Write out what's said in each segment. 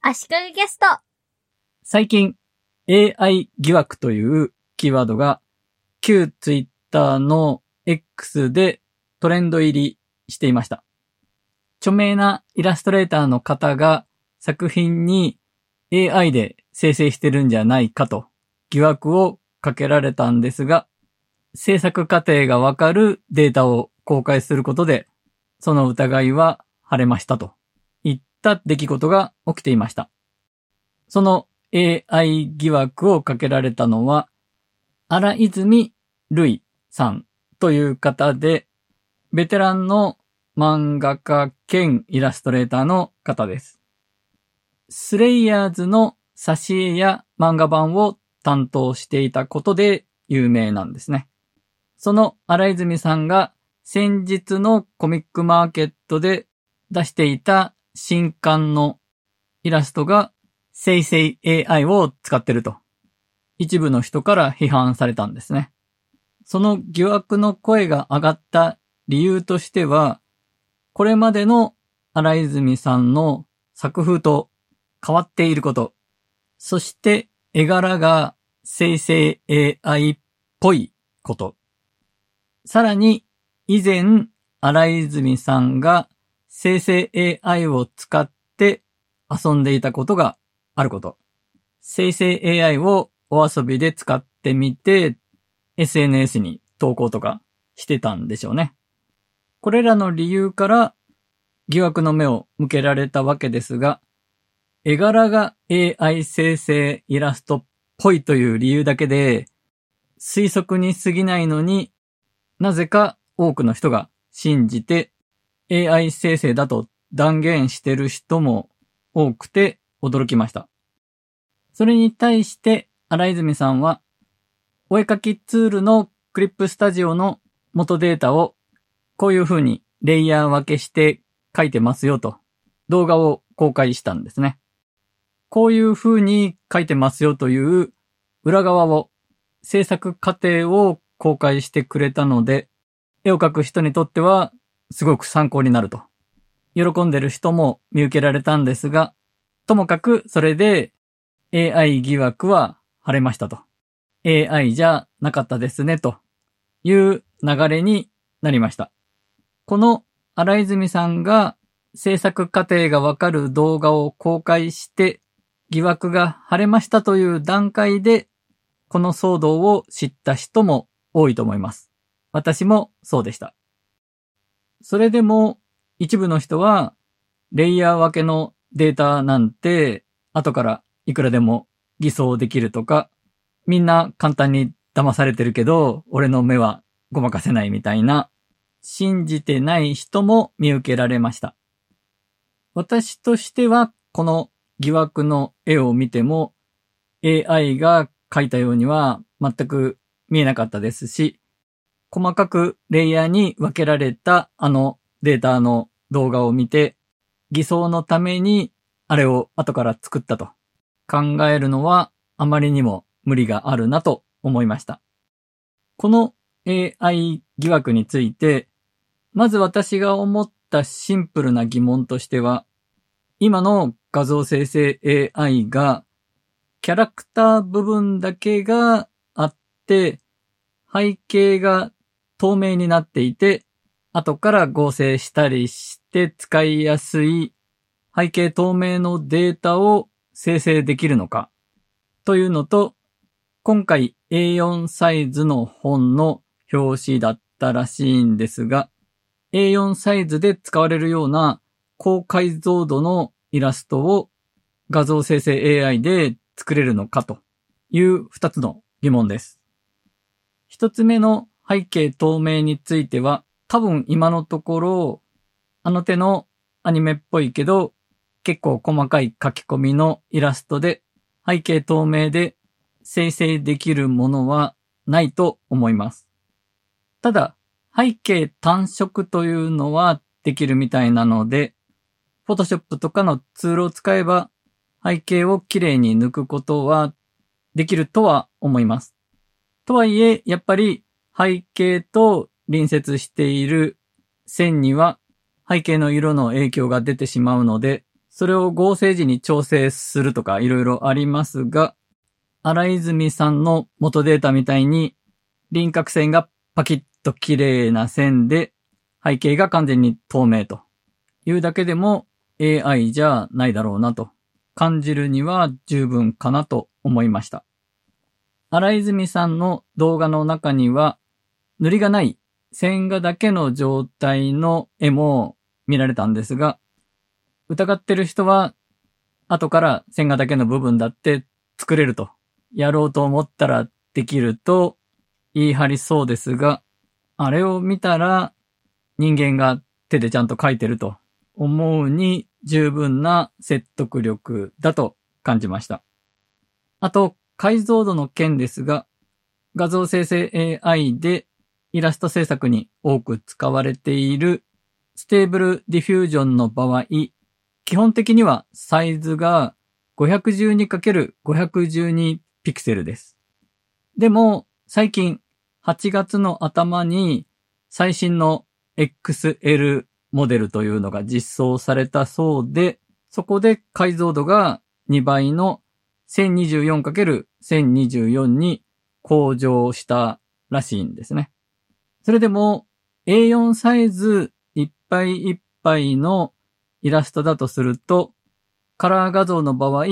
足利ゲスト。 最近 AI 疑惑というキーワードが旧 Twitter の X でトレンド入りしていました。著名なイラストレーターの方が作品に AI で生成してるんじゃないかと疑惑をかけられたんですが、制作過程がわかるデータを公開することで、その疑いは晴れましたといった出来事が起きていました。その AI 疑惑をかけられたのは、荒泉瑠衣さんという方で、ベテランの漫画家兼イラストレーターの方です。スレイヤーズの挿絵や漫画版を担当していたことで有名なんですね。その荒泉さんが先日のコミックマーケットで出していた新刊のイラストが生成 AI を使ってると一部の人から批判されたんですね。その疑惑の声が上がった理由としては、これまでの荒泉さんの作風と変わっていること、そして絵柄が生成 AI っぽいこと、さらに以前荒泉さんが生成 AI を使って遊んでいたことがあること、生成 AI をお遊びで使ってみて SNS に投稿とかしてたんでしょうね。これらの理由から疑惑の目を向けられたわけですが、絵柄が AI 生成イラストっぽいという理由だけで推測に過ぎないのに、なぜか多くの人が信じて AI 生成だと断言してる人も多くて驚きました。それに対して荒泉さんは、お絵描きツールのクリップスタジオの元データをこういう風にレイヤー分けして描いてますよと動画を公開したんですね。こういう風に描いてますよという裏側を、制作過程を公開してくれたので、絵を描く人にとってはすごく参考になると。喜んでる人も見受けられたんですが、ともかくそれで AI 疑惑は晴れましたと。AI じゃなかったですねという流れになりました。この荒泉さんが制作過程がわかる動画を公開して疑惑が晴れましたという段階でこの騒動を知った人も多いと思います。私もそうでした。それでも一部の人はレイヤー分けのデータなんて後からいくらでも偽装できるとか、みんな簡単に騙されてるけど俺の目はごまかせないみたいな、信じてない人も見受けられました。私としてはこの疑惑の絵を見ても AI が描いたようには全く見えなかったですし、細かくレイヤーに分けられたあのデータの動画を見て、偽装のためにあれを後から作ったと考えるのはあまりにも無理があるなと思いました。この AI 疑惑について、まず私が思ったシンプルな疑問としては、今の画像生成 AI がキャラクター部分だけがあって、背景が透明になっていて、後から合成したりして使いやすい背景透明のデータを生成できるのかというのと、今回 A4 サイズの本の表紙だったらしいんですが、A4 サイズで使われるような高解像度のイラストを画像生成 AI で作れるのかという二つの疑問です。一つ目の背景透明については、多分今のところあの手のアニメっぽいけど結構細かい書き込みのイラストで背景透明で生成できるものはないと思います。ただ背景単色というのはできるみたいなので、Photoshop とかのツールを使えば背景をきれいに抜くことはできるとは思います。とはいえ、やっぱり背景と隣接している線には背景の色の影響が出てしまうので、 それを合成時に調整するとかいろいろありますが、荒泉さんの元データみたいに輪郭線がパキッと綺麗な線で背景が完全に透明というだけでも AI じゃないだろうなと感じるには十分かなと思いました。荒泉さんの動画の中には塗りがない線画だけの状態の絵も見られたんですが、疑ってる人は後から線画だけの部分だって作れると、やろうと思ったらできると言い張りそうですが、あれを見たら人間が手でちゃんと描いてると思うに十分な説得力だと感じました。あと、解像度の件ですが、画像生成 AI でイラスト制作に多く使われているステーブルディフュージョンの場合、基本的にはサイズが 512×512 ピクセルです。でも、最近8月の頭に最新の XL モデルというのが実装されたそうで、そこで解像度が2倍の 1024×1024 に向上したらしいんですね。それでも A4 サイズいっぱいいっぱいのイラストだとすると、カラー画像の場合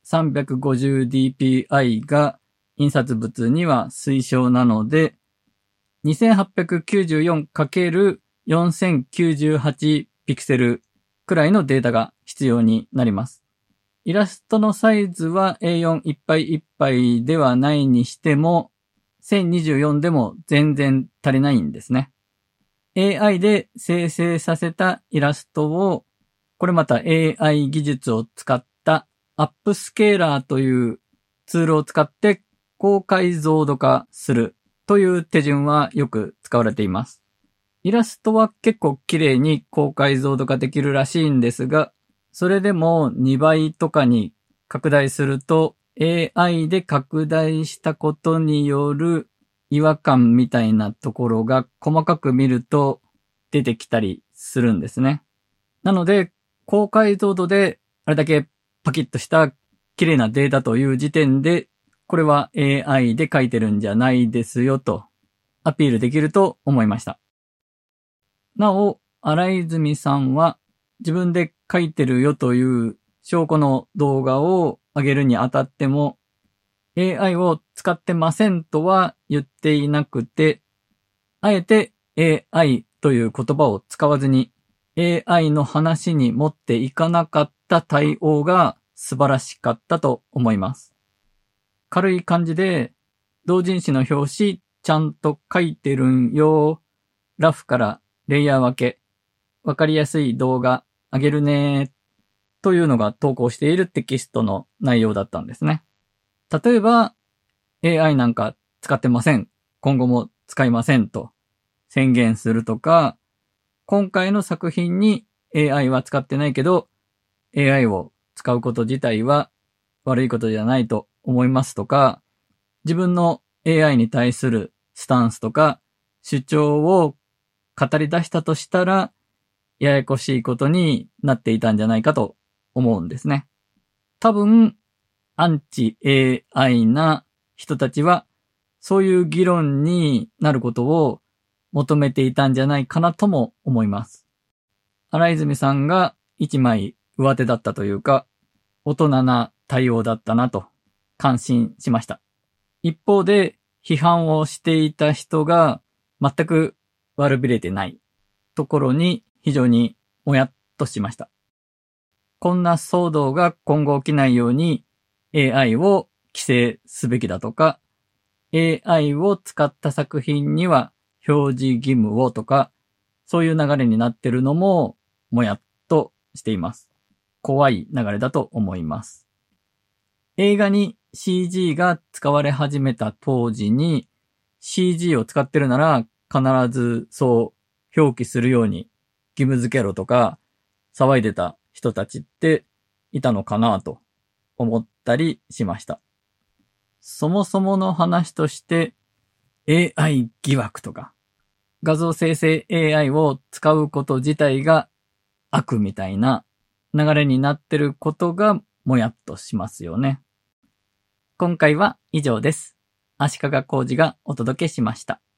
350dpi が印刷物には推奨なので、2894×4098 ピクセルくらいのデータが必要になります。イラストのサイズは A4 いっぱいいっぱいではないにしても、1024でも全然足りないんですね。AI で生成させたイラストを、これまた AI 技術を使ったアップスケーラーというツールを使って高解像度化するという手順はよく使われています。イラストは結構綺麗に高解像度化できるらしいんですが、それでも2倍とかに拡大すると AI で拡大したことによる違和感みたいなところが細かく見ると出てきたりするんですね。なので、高解像度であれだけパキッとした綺麗なデータという時点で、これは AI で描いてるんじゃないですよとアピールできると思いました。なお、荒泉さんは自分で描いてるよという証拠の動画を上げるにあたっても AI を使ってませんとは言っていなくて、あえて AI という言葉を使わずにAI の話に持っていかなかった対応が素晴らしかったと思います。軽い感じで、同人誌の表紙ちゃんと書いてるんよ。ラフからレイヤー分け。わかりやすい動画あげるね。というのが投稿しているテキストの内容だったんですね。例えば、AI なんか使ってません。今後も使いませんと宣言するとか、今回の作品に AI は使ってないけど、AI を使うこと自体は悪いことじゃないと思いますとか、自分の AI に対するスタンスとか主張を語り出したとしたら、ややこしいことになっていたんじゃないかと思うんですね。多分、アンチ AI な人たちは、そういう議論になることを求めていたんじゃないかなとも思います。荒泉さんが一枚上手だったというか、大人な対応だったなと感心しました。一方で批判をしていた人が全く悪びれてないところに非常にもやっとしました。こんな騒動が今後起きないように AI を規制すべきだとか、AI を使った作品には表示義務をとか、そういう流れになってるのももやっとしています。怖い流れだと思います。映画に CG が使われ始めた当時に CG を使ってるなら必ずそう表記するように義務付けろとか騒いでた人たちっていたのかなと思ったりしました。そもそもの話として AI 疑惑とか画像生成 AI を使うこと自体が悪みたいな流れになってることがもやっとしますよね。今回は以上です。足利浩二がお届けしました。